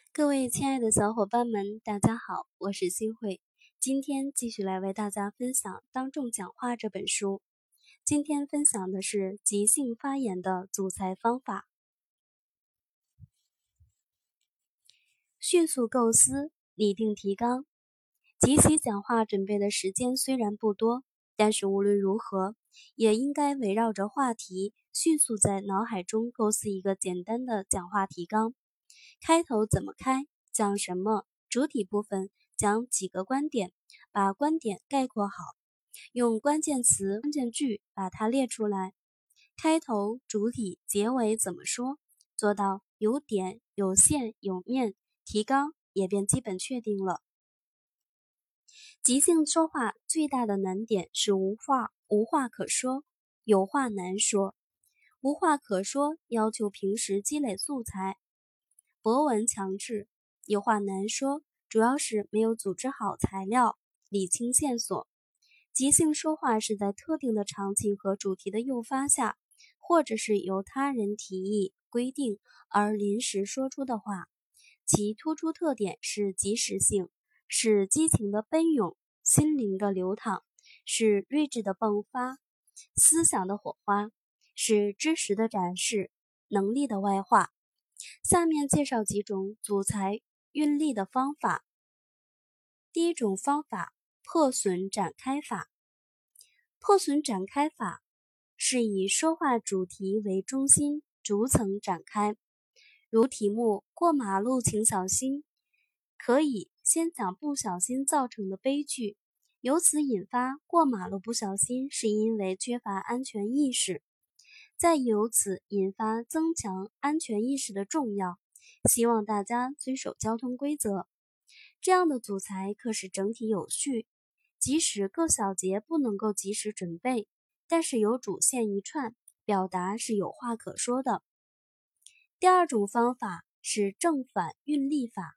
各位亲爱的小伙伴们，大家好，我是新慧。今天继续来为大家分享《当众讲话》这本书。今天分享的是即兴发言的组才方法。迅速构思，拟定提纲。即席讲话准备的时间虽然不多，但是无论如何，也应该围绕着话题，迅速在脑海中构思一个简单的讲话提纲。开头怎么开，讲什么，主体部分讲几个观点，把观点概括好，用关键词、关键句把它列出来。开头、主体、结尾怎么说，做到有点、有线、有面，提纲也便基本确定了。即兴说话最大的难点是无话可说，有话难说。无话可说要求平时积累素材，博闻强志；有话难说，主要是没有组织好材料，理清线索。即兴说话是在特定的场景和主题的诱发下，或者是由他人提议规定而临时说出的话，其突出特点是即时性，是激情的奔涌，心灵的流淌，是睿智的迸发，思想的火花，是知识的展示，能力的外化。下面介绍几种组才运力的方法。第一种方法，破损展开法。破损展开法是以说话主题为中心，逐层展开。如题目过马路请小心，可以先讲不小心造成的悲剧，由此引发过马路不小心是因为缺乏安全意识，再由此引发增强安全意识的重要，希望大家遵守交通规则。这样的组才可使整体有序，即使各小节不能够及时准备，但是有主线一串，表达是有话可说的。第二种方法是正反运力法。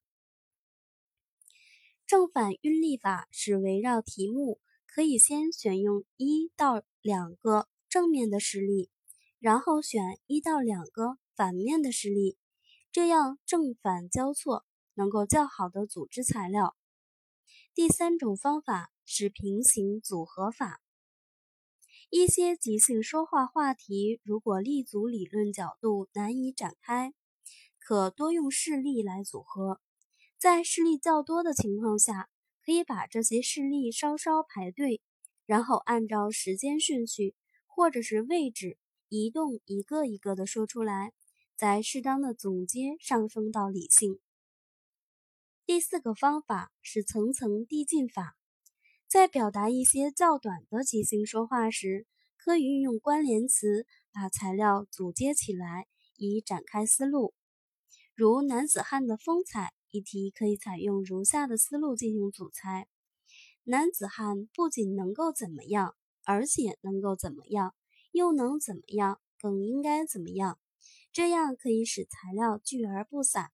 正反运力法是围绕题目，可以先选用1到2个正面的事例，然后选1到2个反面的事例，这样正反交错，能够较好的组织材料。第三种方法是平行组合法。一些即兴说话话题如果立足理论角度难以展开，可多用事例来组合。在事例较多的情况下，可以把这些事例稍稍排队，然后按照时间顺序或者是位置移动，一个一个的说出来，再适当的总结，上升到理性。第四个方法是层层递进法。在表达一些较短的即兴说话时，可以运用关联词把材料组接起来，以展开思路。如男子汉的风采一题可以采用如下的思路进行组才：男子汉不仅能够怎么样，而且能够怎么样，又能怎么样，更应该怎么样，这样可以使材料聚而不散。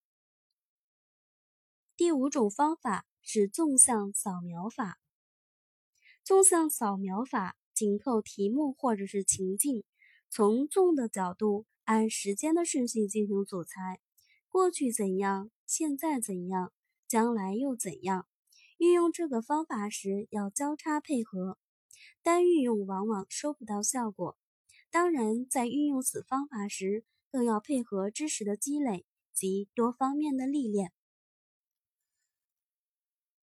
第五种方法是纵向扫描法。纵向扫描法紧扣题目或者是情境，从纵的角度按时间的顺序进行组才，过去怎样，现在怎样，将来又怎样。运用这个方法时要交叉配合，单运用往往收不到效果。当然，在运用此方法时，更要配合知识的积累及多方面的历练。